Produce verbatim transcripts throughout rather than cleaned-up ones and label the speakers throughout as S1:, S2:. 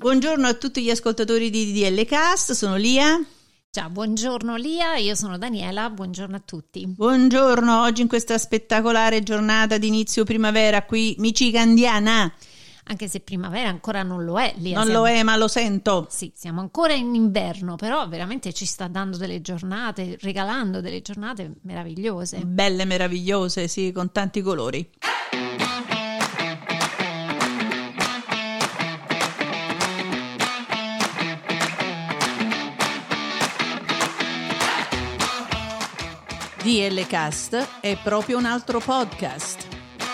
S1: Buongiorno a tutti gli ascoltatori di D D L Cast, sono Lia.
S2: Ciao, buongiorno Lia, io sono Daniela, buongiorno a tutti.
S1: Buongiorno, oggi in questa spettacolare giornata di inizio primavera qui michigandiana.
S2: Anche se primavera ancora non lo è, Lia.
S1: Non
S2: siamo...
S1: lo è, ma lo sento.
S2: Sì, siamo ancora in inverno, però veramente ci sta dando delle giornate, regalando delle giornate meravigliose.
S1: Belle, meravigliose, sì, con tanti colori. D L Cast è proprio un altro podcast.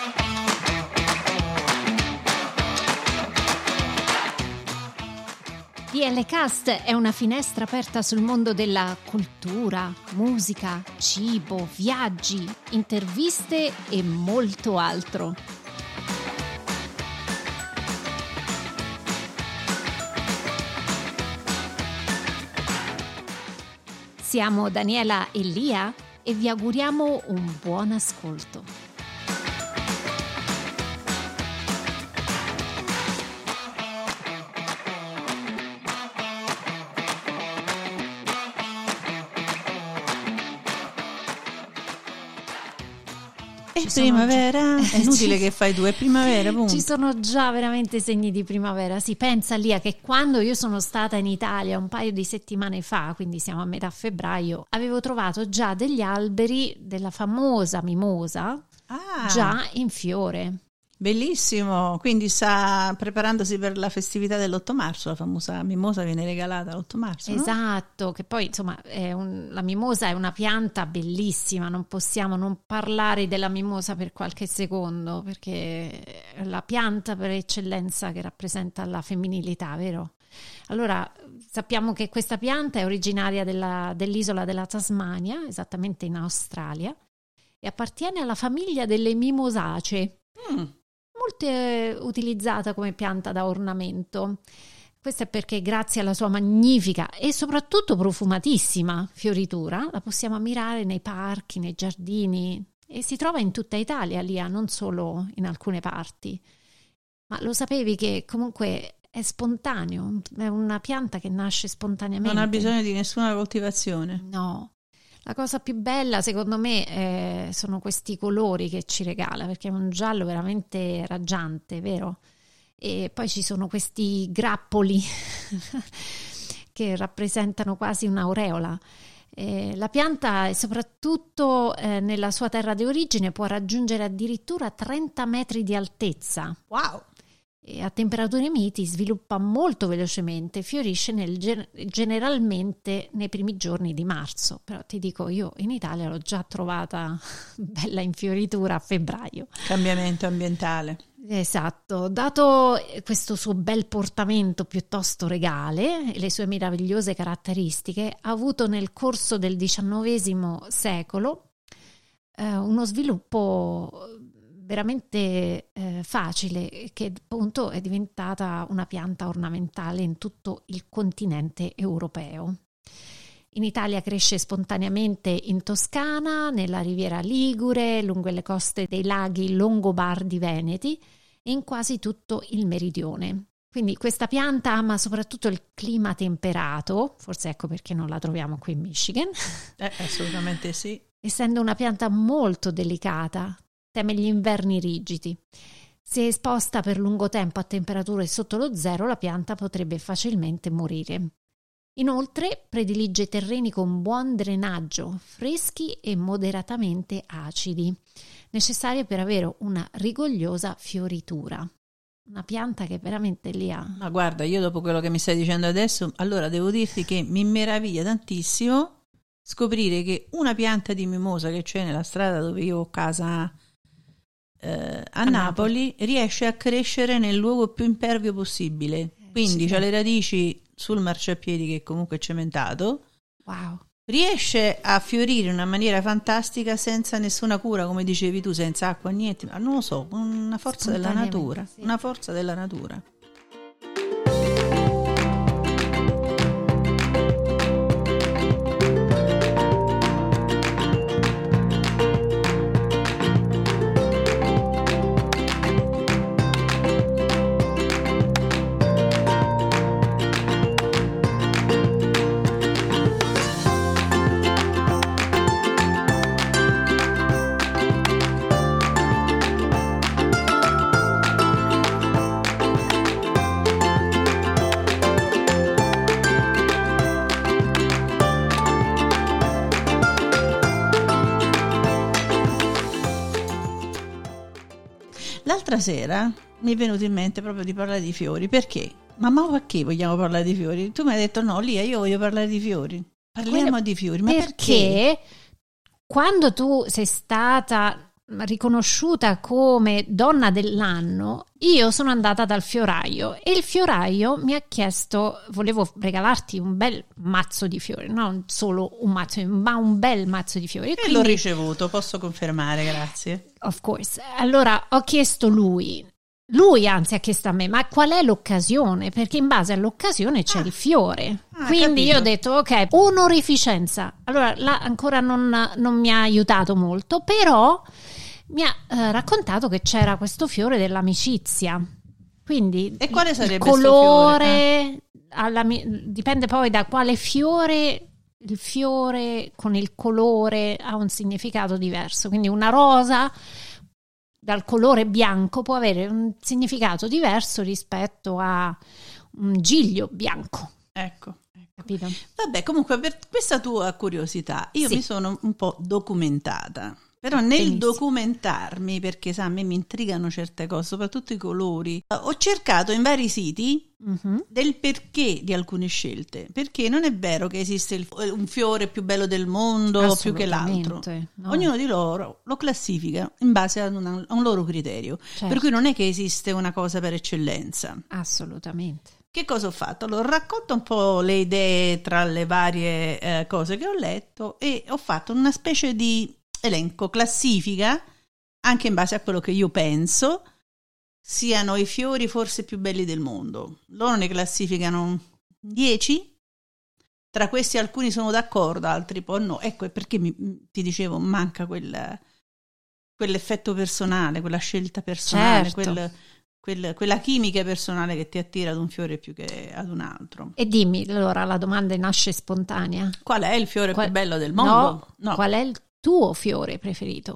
S2: D L Cast è una finestra aperta sul mondo della cultura, musica, cibo, viaggi, interviste e molto altro. Siamo Daniela e Lia e vi auguriamo un buon ascolto.
S1: È primavera,
S2: già...
S1: è inutile che fai tu, è primavera, punto.
S2: Ci sono già veramente segni di primavera. Si pensa, Lia, che quando io sono stata in Italia un paio di settimane fa, quindi siamo a metà febbraio, avevo trovato già degli alberi della famosa mimosa
S1: ah,
S2: già in fiore.
S1: Bellissimo, quindi sta preparandosi per la festività dell'otto marzo, la famosa mimosa viene regalata l'otto marzo,
S2: esatto,
S1: no?
S2: Che poi insomma è un, la mimosa è una pianta bellissima, non possiamo non parlare della mimosa per qualche secondo, perché è la pianta per eccellenza che rappresenta la femminilità, vero? Allora, sappiamo che questa pianta è originaria della, dell'isola della Tasmania, esattamente in Australia, e appartiene alla famiglia delle mimosacee.
S1: Mm.
S2: Molto eh, utilizzata come pianta da ornamento. Questo è perché grazie alla sua magnifica e soprattutto profumatissima fioritura la possiamo ammirare nei parchi, nei giardini, e si trova in tutta Italia, Lia, non solo in alcune parti. Ma lo sapevi che comunque è spontaneo, è una pianta che nasce spontaneamente.
S1: Non ha bisogno di nessuna coltivazione.
S2: No. La cosa più bella secondo me eh, sono questi colori che ci regala, perché è un giallo veramente raggiante, vero? E poi ci sono questi grappoli che rappresentano quasi un'aureola. Eh, la pianta, e soprattutto eh, nella sua terra di origine, può raggiungere addirittura trenta metri di altezza.
S1: Wow!
S2: E a temperature miti sviluppa molto velocemente, fiorisce nel, generalmente nei primi giorni di marzo, però ti dico, io in Italia l'ho già trovata bella in fioritura a febbraio.
S1: Cambiamento ambientale.
S2: Esatto, dato questo suo bel portamento piuttosto regale e le sue meravigliose caratteristiche, ha avuto nel corso del diciannovesimo secolo eh, uno sviluppo veramente eh, facile, che appunto è diventata una pianta ornamentale in tutto il continente europeo. In Italia cresce spontaneamente in Toscana, nella Riviera Ligure, lungo le coste dei laghi longobardi veneti e in quasi tutto il meridione. Quindi questa pianta ama soprattutto il clima temperato, forse ecco perché non la troviamo qui in Michigan.
S1: Eh, assolutamente sì.
S2: Essendo una pianta molto delicata, teme gli inverni rigidi. Se esposta per lungo tempo a temperature sotto lo zero, la pianta potrebbe facilmente morire. Inoltre predilige terreni con buon drenaggio, freschi e moderatamente acidi, necessari per avere una rigogliosa fioritura. Una pianta che veramente lì ha.
S1: Ma guarda, io dopo quello che mi stai dicendo adesso, allora devo dirti che mi meraviglia tantissimo scoprire che una pianta di mimosa che c'è nella strada dove io ho casa eh, a, a Napoli, Napoli riesce a crescere nel luogo più impervio possibile. Eh, Quindi c'ha le radici sul marciapiedi che comunque è cementato.
S2: Wow.
S1: Riesce a fiorire in una maniera fantastica senza nessuna cura, come dicevi tu, senza acqua, niente, ma non lo so, una forza della natura, sì. Una forza della natura. l'altra sera mi è venuto in mente proprio di parlare di fiori. Perché? Mamma, perché vogliamo parlare di fiori? Tu mi hai detto no, Lia, io voglio parlare di fiori. Parliamo
S2: Quello-
S1: di fiori, ma perché?
S2: perché quando tu sei stata riconosciuta come donna dell'anno, io sono andata dal fioraio e il fioraio mi ha chiesto, volevo regalarti un bel mazzo di fiori, non solo un mazzo, ma un bel mazzo di fiori.
S1: E
S2: quindi,
S1: l'ho ricevuto, posso confermare, grazie.
S2: of course. Allora ho chiesto lui, lui anzi ha chiesto a me, ma qual è l'occasione? Perché in base all'occasione c'è
S1: Ah.
S2: il fiore.
S1: Ah,
S2: Quindi
S1: capito.
S2: io ho detto, ok, onorificenza. Allora là ancora non, non mi ha aiutato molto, però mi ha eh, raccontato che c'era questo fiore dell'amicizia. Quindi
S1: E quale
S2: il
S1: sarebbe sto
S2: colore, alla mi- dipende poi da quale fiore. Il fiore con il colore ha un significato diverso. Quindi una rosa dal colore bianco può avere un significato diverso rispetto a un giglio bianco.
S1: Ecco.
S2: Capito?
S1: Vabbè, comunque per questa tua curiosità io
S2: Sì.
S1: mi sono un po' documentata. Però nel
S2: Benissimo.
S1: documentarmi, perché sa, a me mi intrigano certe cose, soprattutto i colori, eh, ho cercato in vari siti
S2: Mhm.
S1: del perché di alcune scelte. Perché non è vero che esiste il- un fiore più bello del mondo più che l'altro.
S2: Assolutamente, no.
S1: Ognuno di loro lo classifica in base a, una- a un loro criterio.
S2: Certo.
S1: Per cui non è che esiste una cosa per eccellenza.
S2: Assolutamente.
S1: Che cosa ho fatto? Allora, ho raccolto un po' le idee tra le varie eh, cose che ho letto e ho fatto una specie di elenco, classifica, anche in base a quello che io penso siano i fiori forse più belli del mondo. Loro ne classificano dieci, tra questi alcuni sono d'accordo, altri poi no. Ecco, è perché mi, ti dicevo, manca quel, quell'effetto personale, quella scelta personale,
S2: Certo.
S1: quel, quel- quella chimica personale che ti attira ad un fiore più che ad un altro.
S2: E dimmi, allora la domanda nasce spontanea.
S1: Qual è il fiore
S2: Qual-
S1: più bello del
S2: No,
S1: mondo? No.
S2: Qual è il tuo fiore preferito?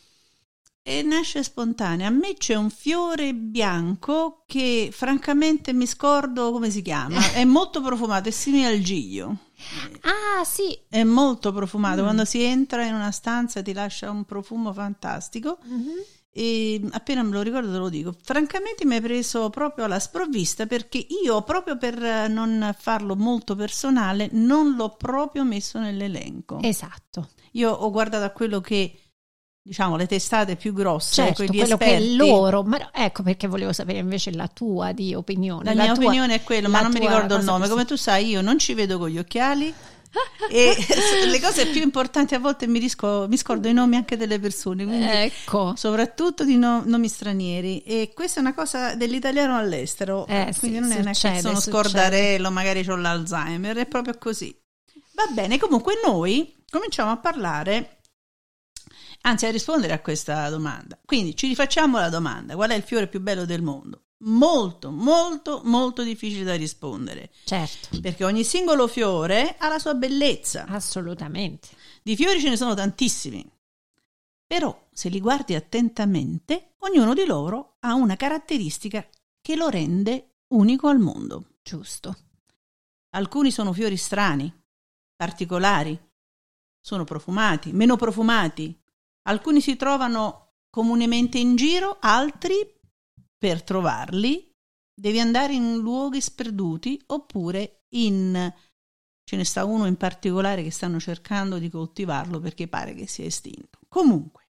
S1: E nasce spontanea. A me c'è un fiore bianco che francamente mi scordo come si chiama. È molto profumato, è simile al giglio.
S2: Ah, sì.
S1: È molto profumato.
S2: Mm.
S1: Quando si entra in una stanza ti lascia un profumo fantastico.
S2: Mhm.
S1: E appena me lo ricordo te lo dico. Francamente mi hai preso proprio alla sprovvista, perché io, proprio per non farlo molto personale, non l'ho proprio messo nell'elenco.
S2: Esatto.
S1: Io ho guardato a quello che, diciamo, le testate più grosse,
S2: Certo,
S1: quelli
S2: quello
S1: esperti.
S2: che è loro, ma ecco perché volevo sapere invece la tua di opinione.
S1: La, mia
S2: tua-
S1: opinione è quello, ma
S2: la
S1: non mi
S2: tua
S1: ricordo il
S2: cosa
S1: nome.
S2: pers-
S1: Come tu sai, io non ci vedo con gli occhiali e le cose più importanti a volte mi, risco- mi scordo i nomi anche delle persone, quindi
S2: Ecco.
S1: soprattutto di no- nomi stranieri. E questa è una cosa dell'italiano all'estero,
S2: Eh,
S1: quindi
S2: sì,
S1: non è una che
S2: succede,
S1: sono
S2: succede.
S1: scordarello, magari ho l'Alzheimer, è proprio così. Va bene, comunque noi cominciamo a parlare, anzi a rispondere a questa domanda. Quindi ci rifacciamo la domanda: qual è il fiore più bello del mondo? Molto, molto, molto difficile da rispondere,
S2: Certo,
S1: perché ogni singolo fiore ha la sua bellezza.
S2: assolutamente.
S1: Di fiori ce ne sono tantissimi, però se li guardi attentamente, ognuno di loro ha una caratteristica che lo rende unico al mondo.
S2: Giusto.
S1: Alcuni sono fiori strani, particolari, sono profumati, meno profumati. Alcuni si trovano comunemente in giro, altri, per trovarli, devi andare in luoghi sperduti oppure in... Ce ne sta uno in particolare che stanno cercando di coltivarlo perché pare che sia estinto. Comunque,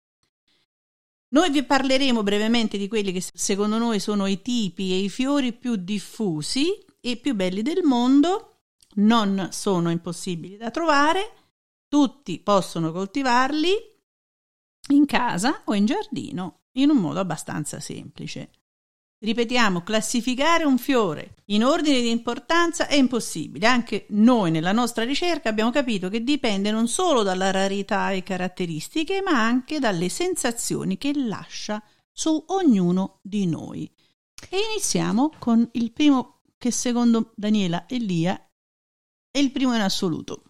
S1: noi vi parleremo brevemente di quelli che secondo noi sono i tipi e i fiori più diffusi e più belli del mondo. Non sono impossibili da trovare, tutti possono coltivarli in casa o in giardino in un modo abbastanza semplice. Ripetiamo, classificare un fiore in ordine di importanza è impossibile. Anche noi nella nostra ricerca abbiamo capito che dipende non solo dalla rarità e caratteristiche, ma anche dalle sensazioni che lascia su ognuno di noi. E iniziamo con il primo che secondo Daniela e Lia è il primo in assoluto.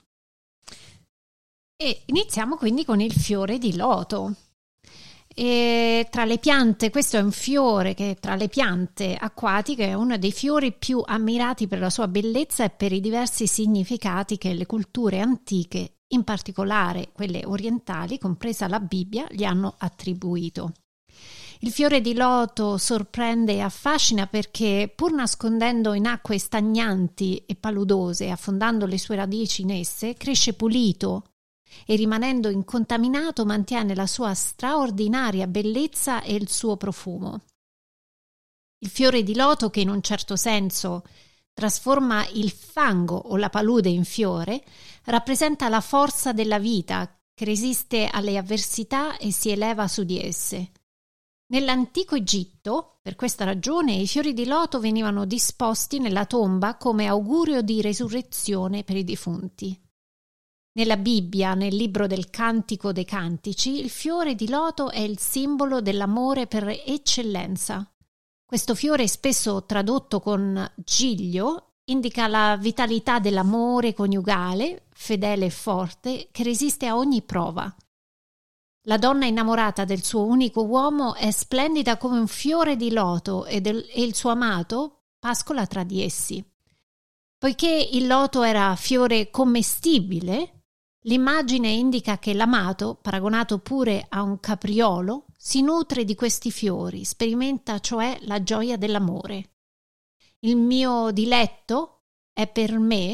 S2: E iniziamo quindi con il fiore di loto. E tra le piante, questo è un fiore che tra le piante acquatiche è uno dei fiori più ammirati per la sua bellezza e per i diversi significati che le culture antiche, in particolare quelle orientali, compresa la Bibbia, gli hanno attribuito. Il fiore di loto sorprende e affascina perché, pur nascondendo in acque stagnanti e paludose, affondando le sue radici in esse, cresce pulito e, rimanendo incontaminato, mantiene la sua straordinaria bellezza e il suo profumo. Il fiore di loto, che in un certo senso trasforma il fango o la palude in fiore, rappresenta la forza della vita che resiste alle avversità e si eleva su di esse. Nell'antico Egitto, per questa ragione, i fiori di loto venivano disposti nella tomba come augurio di resurrezione per i defunti. Nella Bibbia, nel libro del Cantico dei Cantici, il fiore di loto è il simbolo dell'amore per eccellenza. Questo fiore, spesso tradotto con giglio, indica la vitalità dell'amore coniugale, fedele e forte, che resiste a ogni prova. La donna innamorata del suo unico uomo è splendida come un fiore di loto e, del, e il suo amato pascola tra di essi. Poiché il loto era fiore commestibile, l'immagine indica che l'amato, paragonato pure a un capriolo, si nutre di questi fiori, sperimenta cioè la gioia dell'amore. Il mio diletto è per me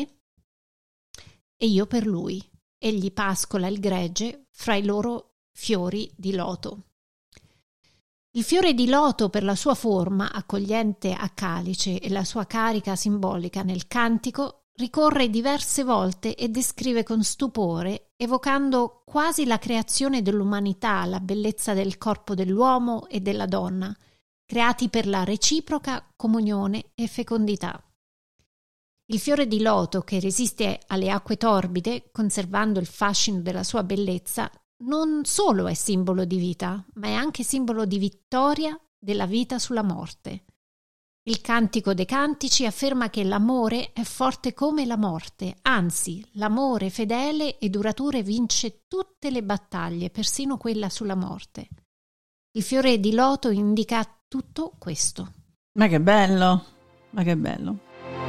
S2: e io per lui. Egli pascola il gregge fra i loro fiori di loto. Il fiore di loto, per la sua forma accogliente a calice e la sua carica simbolica nel cantico, ricorre diverse volte e descrive con stupore, evocando quasi la creazione dell'umanità, la bellezza del corpo dell'uomo e della donna, creati per la reciproca comunione e fecondità. Il fiore di loto, che resiste alle acque torbide, conservando il fascino della sua bellezza, non solo è simbolo di vita, ma è anche simbolo di vittoria della vita sulla morte. Il Cantico dei Cantici afferma che l'amore è forte come la morte, anzi, l'amore fedele e duraturo vince tutte le battaglie, persino quella sulla morte. Il fiore di loto indica tutto questo.
S1: Ma che bello, ma che bello.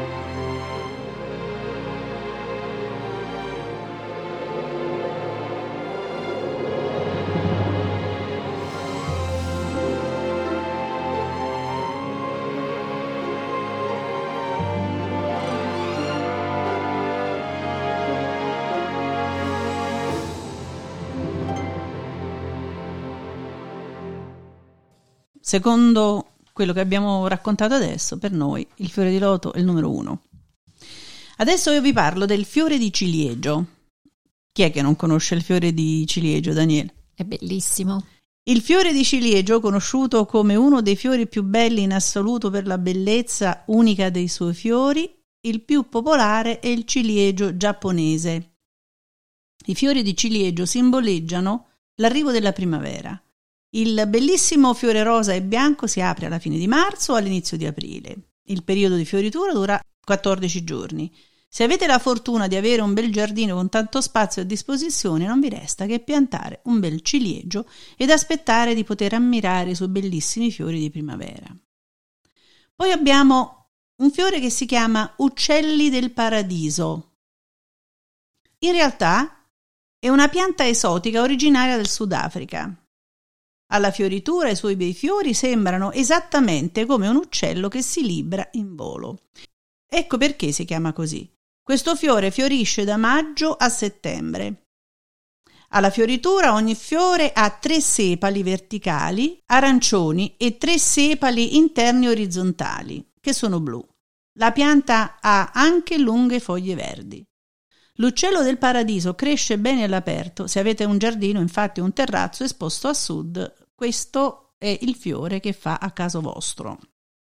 S1: Secondo quello che abbiamo raccontato adesso, per noi il fiore di loto è il numero uno. Adesso io vi parlo del fiore di ciliegio. Chi è che non conosce il fiore di ciliegio, Daniele?
S2: È bellissimo.
S1: Il fiore di ciliegio, conosciuto come uno dei fiori più belli in assoluto per la bellezza unica dei suoi fiori, il più popolare è il ciliegio giapponese. I fiori di ciliegio simboleggiano l'arrivo della primavera. Il bellissimo fiore rosa e bianco si apre alla fine di marzo o all'inizio di aprile. Il periodo di fioritura dura quattordici giorni. Se avete la fortuna di avere un bel giardino con tanto spazio a disposizione, non vi resta che piantare un bel ciliegio ed aspettare di poter ammirare i suoi bellissimi fiori di primavera. Poi abbiamo un fiore che si chiama uccelli del paradiso. In realtà è una pianta esotica originaria del Sudafrica. Alla fioritura i suoi bei fiori sembrano esattamente come un uccello che si libra in volo. Ecco perché si chiama così. Questo fiore fiorisce da maggio a settembre. Alla fioritura ogni fiore ha tre sepali verticali, arancioni, e tre sepali interni orizzontali, che sono blu. La pianta ha anche lunghe foglie verdi. L'uccello del paradiso cresce bene all'aperto. Se avete un giardino, infatti un terrazzo esposto a sud, questo è il fiore che fa a caso vostro.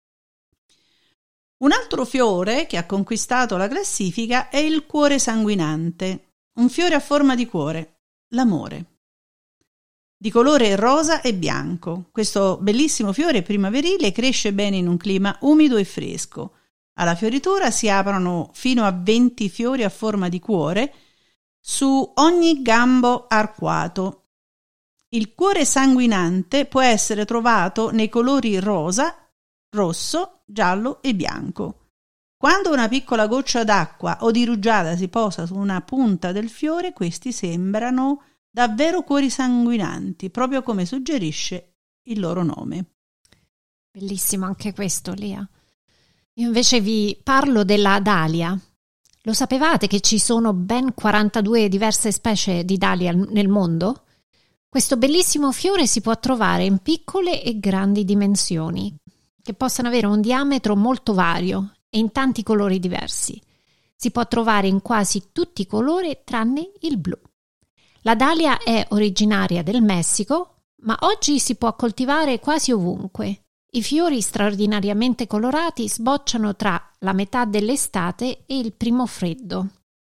S1: Un altro fiore che ha conquistato la classifica è il cuore sanguinante, un fiore a forma di cuore, l'amore. Di colore rosa e bianco, questo bellissimo fiore primaverile cresce bene in un clima umido e fresco. Alla fioritura si aprono fino a venti fiori a forma di cuore su ogni gambo arcuato. Il cuore sanguinante può essere trovato nei colori rosa, rosso, giallo e bianco. Quando una piccola goccia d'acqua o di rugiada si posa su una punta del fiore, questi sembrano davvero cuori sanguinanti, proprio come suggerisce il loro nome.
S2: Bellissimo anche questo, Lia. Io invece vi parlo della dalia. Lo sapevate che ci sono ben quarantadue diverse specie di dalia nel mondo? Questo bellissimo fiore si può trovare in piccole e grandi dimensioni, che possano avere un diametro molto vario e in tanti colori diversi. Si può trovare in quasi tutti i colori tranne il blu. La dalia è originaria del Messico, ma oggi si può coltivare quasi ovunque. I fiori straordinariamente colorati sbocciano tra la metà dell'estate e il primo freddo.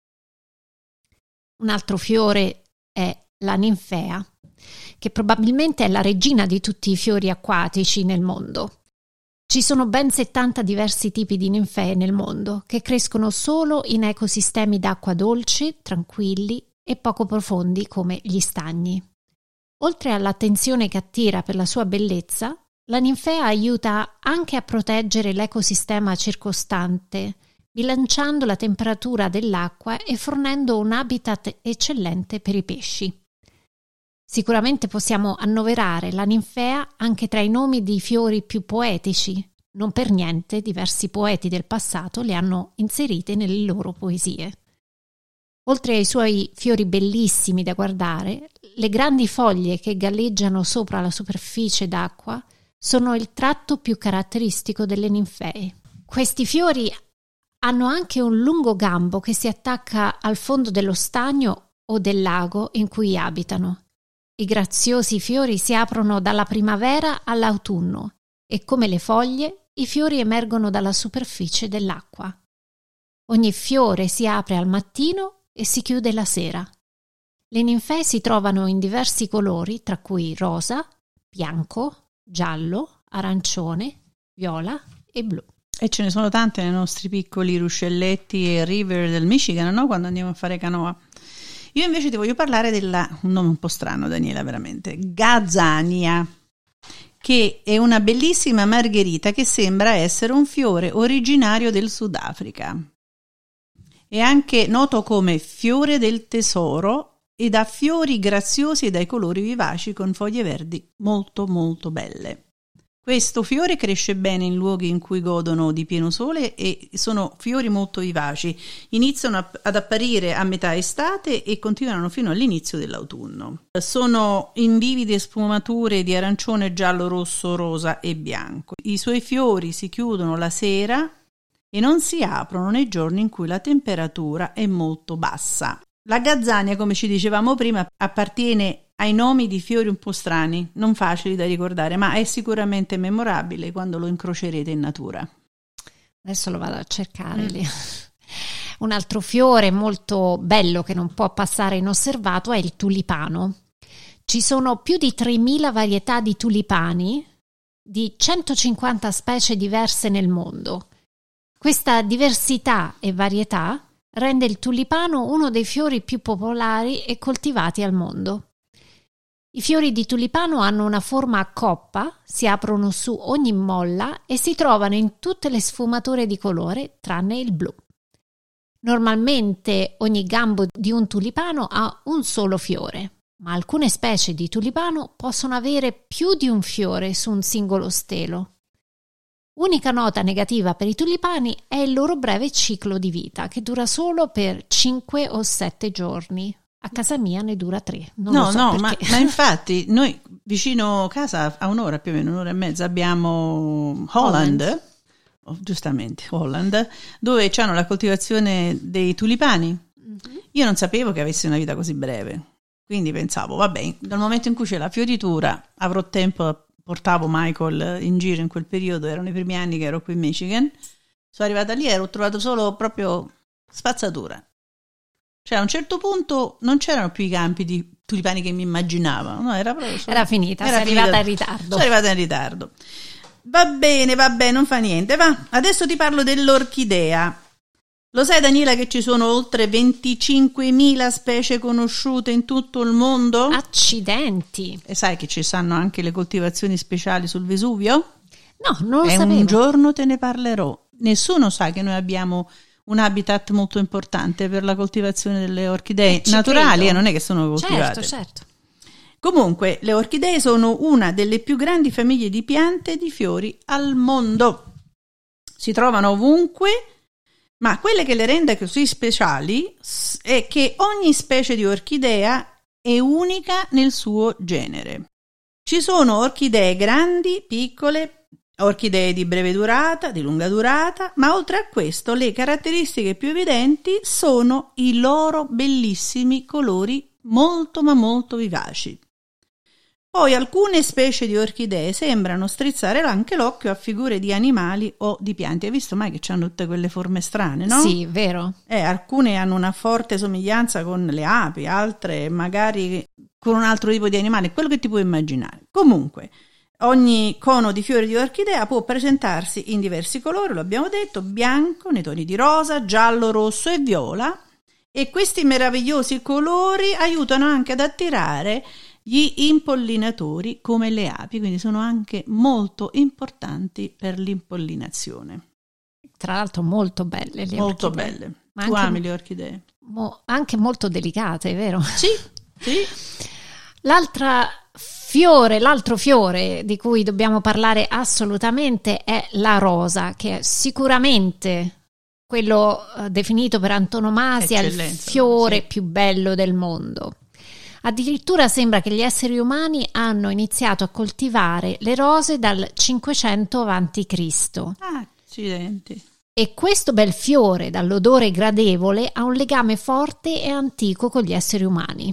S2: Un altro fiore è la ninfea, che probabilmente è la regina di tutti i fiori acquatici nel mondo. Ci sono ben settanta diversi tipi di ninfee nel mondo, che crescono solo in ecosistemi d'acqua dolce, tranquilli e poco profondi come gli stagni. Oltre all'attenzione che attira per la sua bellezza, la ninfea aiuta anche a proteggere l'ecosistema circostante, bilanciando la temperatura dell'acqua e fornendo un habitat eccellente per i pesci. Sicuramente possiamo annoverare la ninfea anche tra i nomi di fiori più poetici. Non per niente diversi poeti del passato le hanno inserite nelle loro poesie. Oltre ai suoi fiori bellissimi da guardare, le grandi foglie che galleggiano sopra la superficie d'acqua sono il tratto più caratteristico delle ninfee. Questi fiori hanno anche un lungo gambo che si attacca al fondo dello stagno o del lago in cui abitano. I graziosi fiori si aprono dalla primavera all'autunno e, come le foglie, i fiori emergono dalla superficie dell'acqua. Ogni fiore si apre al mattino e si chiude la sera. Le ninfee si trovano in diversi colori, tra cui rosa, bianco, giallo, arancione, viola e blu.
S1: E ce ne sono tante nei nostri piccoli ruscelletti e river del Michigan, no? Quando andiamo a fare canoa. Io invece ti voglio parlare della, un nome un po' strano, Daniela, veramente, Gazzania, che è una bellissima margherita che sembra essere un fiore originario del Sudafrica. È anche noto come fiore del tesoro ed ha fiori graziosi e dai colori vivaci con foglie verdi molto molto belle. Questo fiore cresce bene in luoghi in cui godono di pieno sole e sono fiori molto vivaci. Iniziano ad apparire a metà estate e continuano fino all'inizio dell'autunno. Sono in vivide sfumature di arancione, giallo, rosso, rosa e bianco. I suoi fiori si chiudono la sera e non si aprono nei giorni in cui la temperatura è molto bassa. La Gazzania, come ci dicevamo prima, appartiene ai nomi di fiori un po' strani, non facili da ricordare, ma è sicuramente memorabile quando lo incrocerete in natura.
S2: Adesso lo vado a cercare mm. lì. Un altro fiore molto bello che non può passare inosservato è il tulipano. Ci sono più di tremila varietà di tulipani di centocinquanta specie diverse nel mondo. Questa diversità e varietà rende il tulipano uno dei fiori più popolari e coltivati al mondo. I fiori di tulipano hanno una forma a coppa, si aprono su ogni molla e si trovano in tutte le sfumature di colore tranne il blu. Normalmente ogni gambo di un tulipano ha un solo fiore, ma alcune specie di tulipano possono avere più di un fiore su un singolo stelo. Unica nota negativa per i tulipani è il loro breve ciclo di vita, che dura solo per cinque o sette giorni. A casa mia ne dura tre. Non
S1: no,
S2: lo so
S1: no, ma,
S2: perché.
S1: ma infatti noi vicino casa, a un'ora più o meno, un'ora e mezza, abbiamo Holland, Holland. Oh, giustamente Holland, dove c'hanno la coltivazione dei tulipani. Mm-hmm. Io non sapevo che avesse una vita così breve, quindi pensavo, vabbè, dal momento in cui c'è la fioritura avrò tempo. Portavo Michael in giro in quel periodo, erano i primi anni che ero qui in Michigan. Sono arrivata lì e ho trovato solo proprio spazzatura. Cioè a un certo punto non c'erano più i campi di tulipani che mi immaginavo, no, era proprio solo,
S2: era finita, era sei finita, arrivata in ritardo.
S1: Sono arrivata in ritardo. Va bene, va bene, non fa niente. Va, adesso ti parlo dell'orchidea. Lo sai, Daniela, che ci sono oltre venticinquemila specie conosciute in tutto il mondo?
S2: Accidenti!
S1: E sai che ci stanno anche le coltivazioni speciali sul Vesuvio?
S2: No, non lo
S1: e
S2: sapevo.
S1: Un giorno te ne parlerò. Nessuno sa che noi abbiamo un habitat molto importante per la coltivazione delle orchidee
S2: eh,
S1: naturali, e non è che sono coltivate.
S2: Certo, certo.
S1: Comunque, le orchidee sono una delle più grandi famiglie di piante e di fiori al mondo. Si trovano ovunque, ma quelle che le rende così speciali è che ogni specie di orchidea è unica nel suo genere. Ci sono orchidee grandi, piccole, orchidee di breve durata, di lunga durata, ma oltre a questo le caratteristiche più evidenti sono i loro bellissimi colori molto ma molto vivaci. Poi alcune specie di orchidee sembrano strizzare anche l'occhio a figure di animali o di piante. Hai visto mai che hanno tutte quelle forme strane, no?
S2: Sì, vero.
S1: Eh, alcune hanno una forte somiglianza con le api, altre magari con un altro tipo di animale, quello che ti puoi immaginare. Comunque, ogni cono di fiori di orchidea può presentarsi in diversi colori, lo abbiamo detto, bianco, nei toni di rosa, giallo, rosso e viola, e questi meravigliosi colori aiutano anche ad attirare gli impollinatori come le api, quindi sono anche molto importanti per l'impollinazione.
S2: Tra l'altro molto belle le
S1: molto
S2: orchidee.
S1: Belle.
S2: Ma
S1: tu
S2: anche,
S1: ami le orchidee?
S2: Mo, anche molto delicate, vero?
S1: Sì, sì.
S2: L'altra fiore, l'altro fiore di cui dobbiamo parlare assolutamente è la rosa, che è sicuramente quello uh, definito per antonomasia il fiore sì. più bello del mondo. Addirittura sembra che gli esseri umani hanno iniziato a coltivare le rose dal cinquecento avanti Cristo.
S1: Ah, accidenti.
S2: E questo bel fiore, dall'odore gradevole, ha un legame forte e antico con gli esseri umani.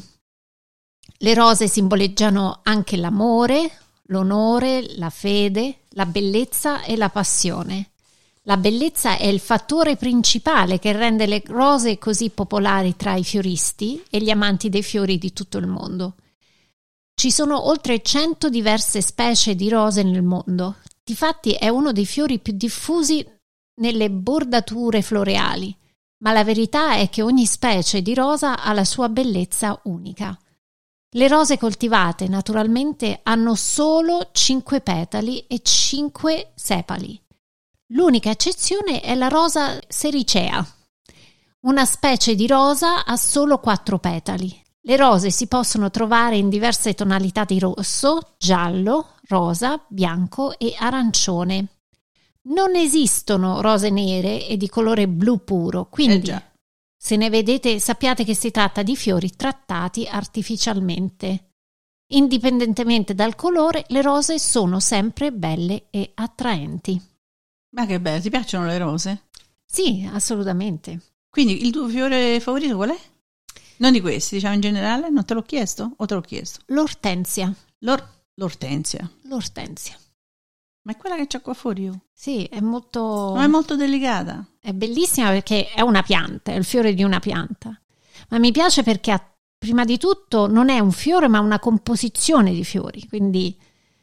S2: Le rose simboleggiano anche l'amore, l'onore, la fede, la bellezza e la passione. La bellezza è il fattore principale che rende le rose così popolari tra i fioristi e gli amanti dei fiori di tutto il mondo. Ci sono oltre cento diverse specie di rose nel mondo. Difatti è uno dei fiori più diffusi nelle bordature floreali, ma la verità è che ogni specie di rosa ha la sua bellezza unica. Le rose coltivate naturalmente hanno solo cinque petali e cinque sepali. L'unica eccezione è la rosa sericea. Una specie di rosa ha solo quattro petali. Le rose si possono trovare in diverse tonalità di rosso, giallo, rosa, bianco e arancione. Non esistono rose nere e di colore blu puro, quindi
S1: eh
S2: se ne vedete sappiate che si tratta di fiori trattati artificialmente. Indipendentemente dal colore, le rose sono sempre belle e attraenti.
S1: Ma che bello, ti piacciono le rose?
S2: Sì, assolutamente.
S1: Quindi il tuo fiore favorito qual è? Non di questi, diciamo in generale? Non te l'ho chiesto o te l'ho chiesto?
S2: L'ortensia.
S1: L'or- l'ortensia.
S2: L'ortensia.
S1: Ma è quella che c'ho qua fuori io?
S2: Sì, è molto...
S1: Ma è molto delicata.
S2: È bellissima perché è una pianta, è il fiore di una pianta. Ma mi piace perché ha, prima di tutto non è un fiore ma una composizione di fiori, quindi...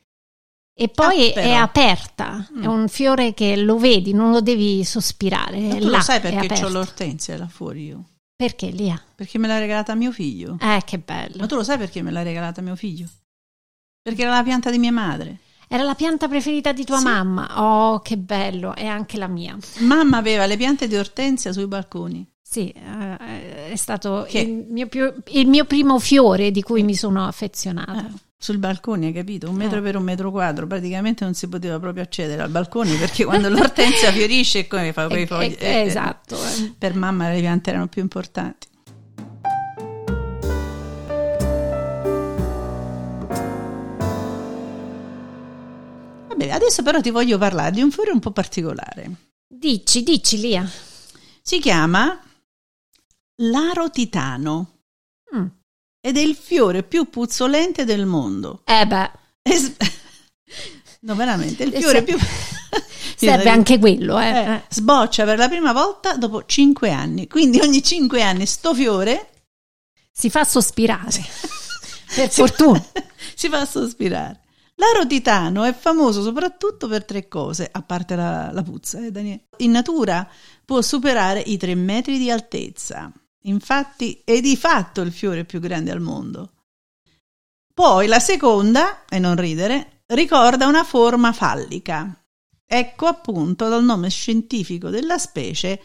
S2: E poi
S1: ah,
S2: è aperta, mm. è un fiore che lo vedi, non lo devi sospirare.
S1: Ma tu
S2: là,
S1: lo sai perché ho l'ortensia là fuori io?
S2: Perché Lia?
S1: Perché me l'ha regalata mio figlio.
S2: Eh, che bello.
S1: Ma tu lo sai perché me l'ha regalata mio figlio? Perché era la pianta di mia madre.
S2: Era la pianta preferita di tua
S1: sì.
S2: mamma? Oh, che bello, è anche la mia.
S1: Mamma aveva le piante di ortensia sui balconi.
S2: Sì, è stato il mio, più, il mio primo fiore di cui mi sono affezionata.
S1: Eh. Sul balcone, hai capito? Un metro eh. per un metro quadro, praticamente non si poteva proprio accedere al balcone perché quando l'ortensia fiorisce come fa quei fogli.
S2: Eh, eh, esatto.
S1: Eh. Per mamma le piante erano più importanti. Vabbè, adesso però ti voglio parlare di un fiore un po' particolare.
S2: Dici, dici Lia.
S1: Si chiama l'arotitano.
S2: Mm.
S1: Ed è il fiore più puzzolente del mondo.
S2: Eh beh.
S1: No, veramente, il fiore
S2: Se...
S1: più...
S2: Serve anche quello, eh.
S1: eh. Sboccia per la prima volta dopo cinque anni. Quindi ogni cinque anni sto fiore...
S2: Si fa sospirare. Per fortuna.
S1: Si fa sospirare. L'arotitano è famoso soprattutto per tre cose, a parte la, la puzza, eh, Daniele. In natura può superare i tre metri di altezza. Infatti è di fatto il fiore più grande al mondo. Poi la seconda, e non ridere, ricorda una forma fallica. Ecco appunto dal nome scientifico della specie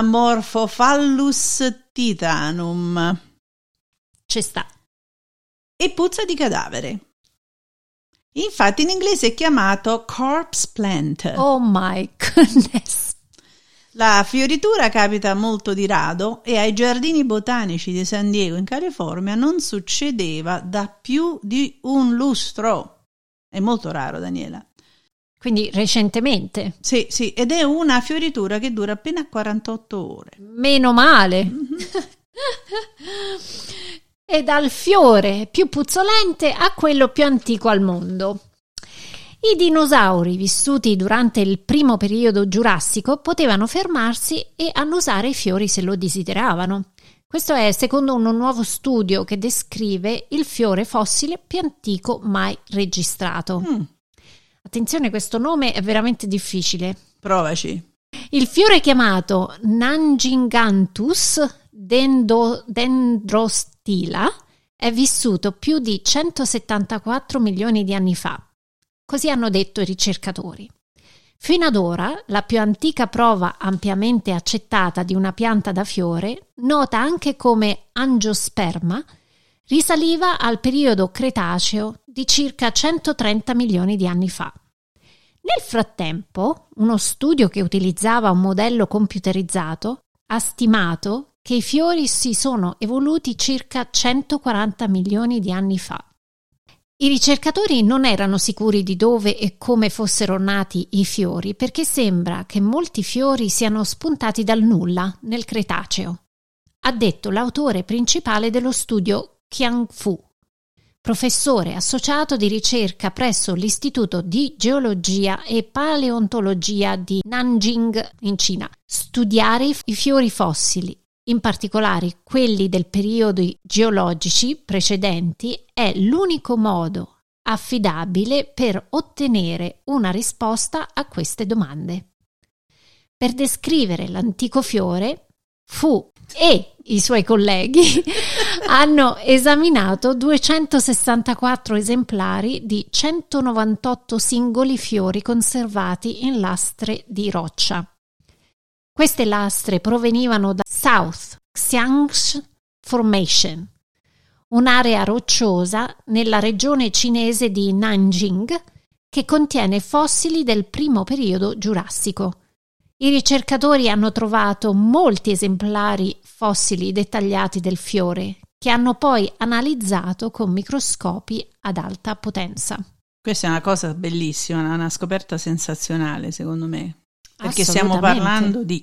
S1: Amorphophallus titanum.
S2: Ci sta.
S1: e puzza di cadavere. Infatti in inglese è chiamato corpse plant.
S2: Oh my goodness!
S1: La fioritura capita molto di rado e ai giardini botanici di San Diego in California non succedeva da più di un lustro. È molto raro, Daniela.
S2: Quindi recentemente?
S1: Sì, sì, ed è una fioritura che dura appena quarantotto ore.
S2: Meno male!
S1: Mm-hmm.
S2: E dal fiore più puzzolente a quello più antico al mondo. I dinosauri vissuti durante il primo periodo giurassico potevano fermarsi e annusare i fiori se lo desideravano. Questo è secondo un nuovo studio che descrive il fiore fossile più antico mai registrato. Mm. Attenzione, questo nome è veramente difficile.
S1: Provaci.
S2: Il fiore chiamato Nanginganthus dendo, dendrostila è vissuto più di centosettantaquattro milioni di anni fa. Così hanno detto i ricercatori. Fino ad ora, la più antica prova ampiamente accettata di una pianta da fiore, nota anche come angiosperma, risaliva al periodo Cretaceo di circa centotrenta milioni di anni fa. Nel frattempo, uno studio che utilizzava un modello computerizzato ha stimato che i fiori si sono evoluti circa centoquaranta milioni di anni fa. I ricercatori non erano sicuri di dove e come fossero nati i fiori perché sembra che molti fiori siano spuntati dal nulla nel Cretaceo, ha detto l'autore principale dello studio Qiang Fu, professore associato di ricerca presso l'Istituto di Geologia e Paleontologia di Nanjing in Cina. Studiare i fiori fossili, in particolare quelli del periodo geologici precedenti, è l'unico modo affidabile per ottenere una risposta a queste domande. Per descrivere l'antico fiore, Fu e i suoi colleghi hanno esaminato duecentosessantaquattro esemplari di centonovantotto singoli fiori conservati in lastre di roccia. Queste lastre provenivano da South Xiangshan Formation, un'area rocciosa nella regione cinese di Nanjing che contiene fossili del primo periodo giurassico. I ricercatori hanno trovato molti esemplari fossili dettagliati del fiore, che hanno poi analizzato con microscopi ad alta potenza.
S1: Questa è una cosa bellissima, una scoperta sensazionale secondo me, perché stiamo parlando di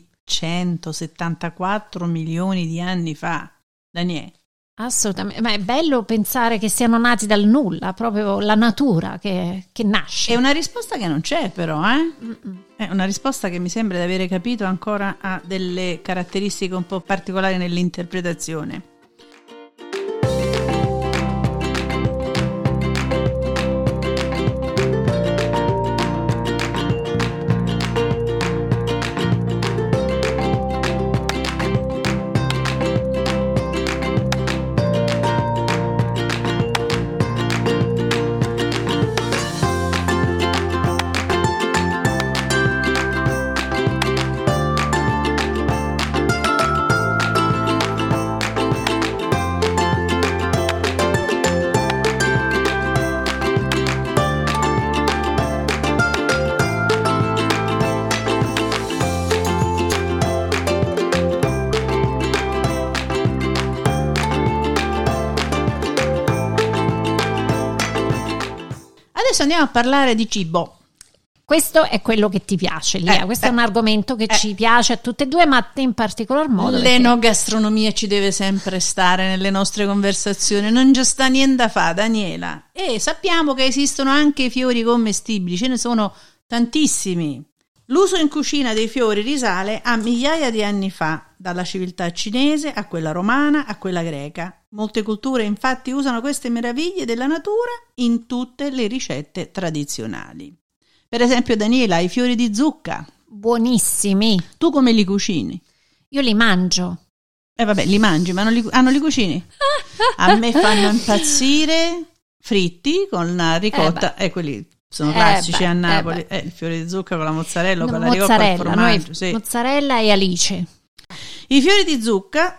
S1: centosettantaquattro milioni di anni fa, Daniele.
S2: Assolutamente, ma è bello pensare che siano nati dal nulla, proprio la natura che, che nasce.
S1: È una risposta che non c'è però, eh? È una risposta che mi sembra di avere capito ancora ha delle caratteristiche un po' particolari nell'interpretazione. Adesso andiamo a parlare di cibo.
S2: Questo è quello che ti piace, Lia.
S1: Eh,
S2: Questo
S1: eh,
S2: è un argomento che
S1: eh.
S2: ci piace a tutte e due, ma a te in particolar modo.
S1: L'enogastronomia ci deve sempre stare nelle nostre conversazioni, non ci sta niente da fa, Daniela. E sappiamo che esistono anche i fiori commestibili, ce ne sono tantissimi. L'uso in cucina dei fiori risale a migliaia di anni fa, dalla civiltà cinese a quella romana a quella greca. Molte culture infatti usano queste meraviglie della natura in tutte le ricette tradizionali. Per esempio, Daniela, i fiori di zucca.
S2: Buonissimi.
S1: Tu come li cucini?
S2: Io li mangio.
S1: Eh vabbè, li mangi, ma non li, ah, non li cucini? A me fanno impazzire fritti con la ricotta e eh, quelli sono classici eh beh, a Napoli. Eh, eh, il fiore di zucca con la mozzarella, no, con la ricotta e il formaggio.
S2: Noi,
S1: sì.
S2: Mozzarella e alice.
S1: I fiori di zucca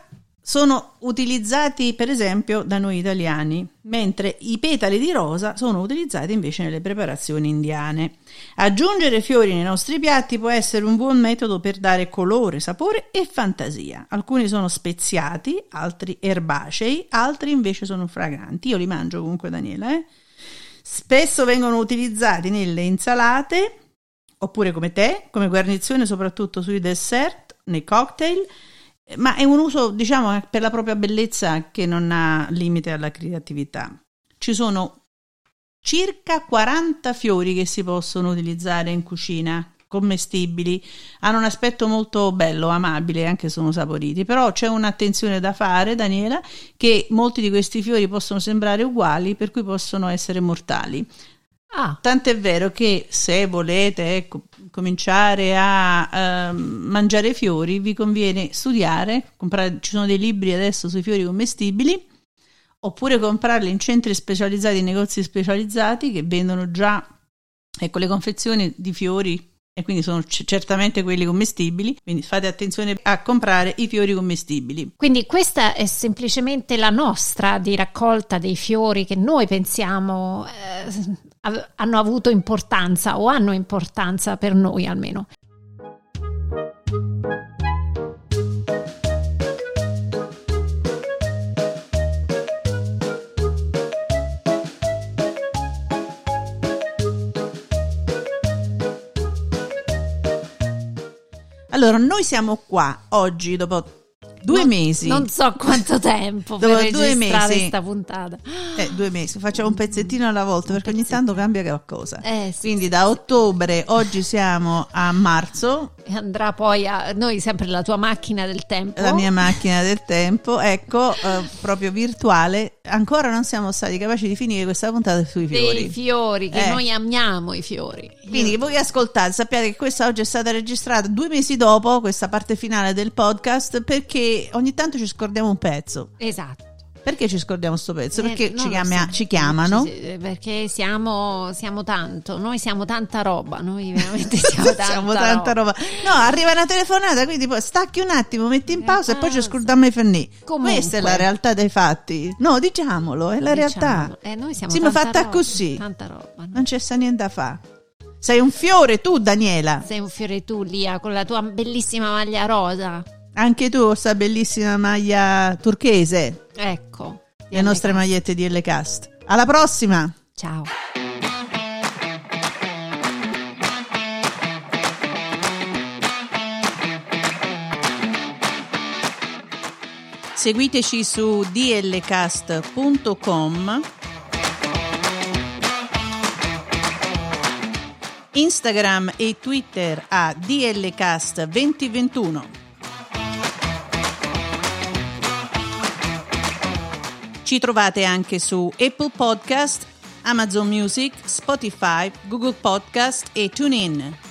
S1: sono utilizzati per esempio da noi italiani, mentre i petali di rosa sono utilizzati invece nelle preparazioni indiane. Aggiungere fiori nei nostri piatti può essere un buon metodo per dare colore, sapore e fantasia. Alcuni sono speziati, altri erbacei, altri invece sono fraganti. Io li mangio comunque, Daniela, eh? Spesso vengono utilizzati nelle insalate, oppure come tè, come guarnizione soprattutto sui dessert, nei cocktail, ma è un uso, diciamo, per la propria bellezza che non ha limite alla creatività. Ci sono circa quaranta fiori che si possono utilizzare in cucina, commestibili, hanno un aspetto molto bello, amabile, anche sono saporiti, però c'è un'attenzione da fare, Daniela, che molti di questi fiori possono sembrare uguali, per cui possono essere mortali. Ah. Tant'è vero che se volete ecco, cominciare a uh, mangiare fiori, vi conviene studiare, comprare, ci sono dei libri adesso sui fiori commestibili, oppure comprarli in centri specializzati, in negozi specializzati che vendono già ecco, le confezioni di fiori, e quindi sono c- certamente quelli commestibili, quindi fate attenzione a comprare i fiori commestibili.
S2: Quindi questa è semplicemente la nostra di raccolta dei fiori che noi pensiamo eh, hanno avuto importanza o hanno importanza per noi almeno.
S1: Allora, noi siamo qua oggi dopo due
S2: non,
S1: mesi.
S2: Non so quanto tempo dopo per due registrare mesi. Questa puntata.
S1: Eh, due mesi, facciamo un pezzettino alla volta perché ogni tanto cambia qualcosa.
S2: Eh, sì,
S1: Quindi
S2: sì,
S1: da ottobre, oggi siamo a marzo.
S2: E andrà poi a noi sempre la tua macchina del tempo.
S1: La mia macchina del tempo, ecco, eh, proprio virtuale. Ancora non siamo stati capaci di finire questa puntata sui fiori.
S2: Dei fiori, che
S1: eh.
S2: noi amiamo i fiori.
S1: Quindi voi che ascoltate sappiate che questa oggi è stata registrata due mesi dopo questa parte finale del podcast, perché ogni tanto ci scordiamo un pezzo.
S2: Esatto.
S1: Perché ci scordiamo sto pezzo?
S2: Eh,
S1: perché ci, chiama,
S2: so.
S1: ci chiamano?
S2: Ci, perché siamo, siamo tanto, noi siamo tanta roba, noi veramente siamo tanta,
S1: siamo tanta roba.
S2: roba.
S1: No, arriva una telefonata, quindi poi stacchi un attimo, metti in pausa eh, e poi ci scordiamo i fannì. Questa è la realtà dei fatti. No, diciamolo, è la
S2: diciamo.
S1: realtà.
S2: Eh, noi siamo
S1: siamo
S2: tanta
S1: fatta
S2: roba,
S1: così.
S2: Tanta roba. No?
S1: Non c'è sta niente da fare. Sei un fiore tu, Daniela.
S2: Sei un fiore tu, Lia, con la tua bellissima maglia rosa.
S1: Anche tu, questa bellissima maglia turchese.
S2: Ecco.
S1: Le nostre magliette di L-Cast. Alla prossima!
S2: Ciao!
S1: Seguiteci su d l cast punto com, Instagram e Twitter a D L Cast duemilaventuno. Ci trovate anche su Apple Podcast, Amazon Music, Spotify, Google Podcast e TuneIn.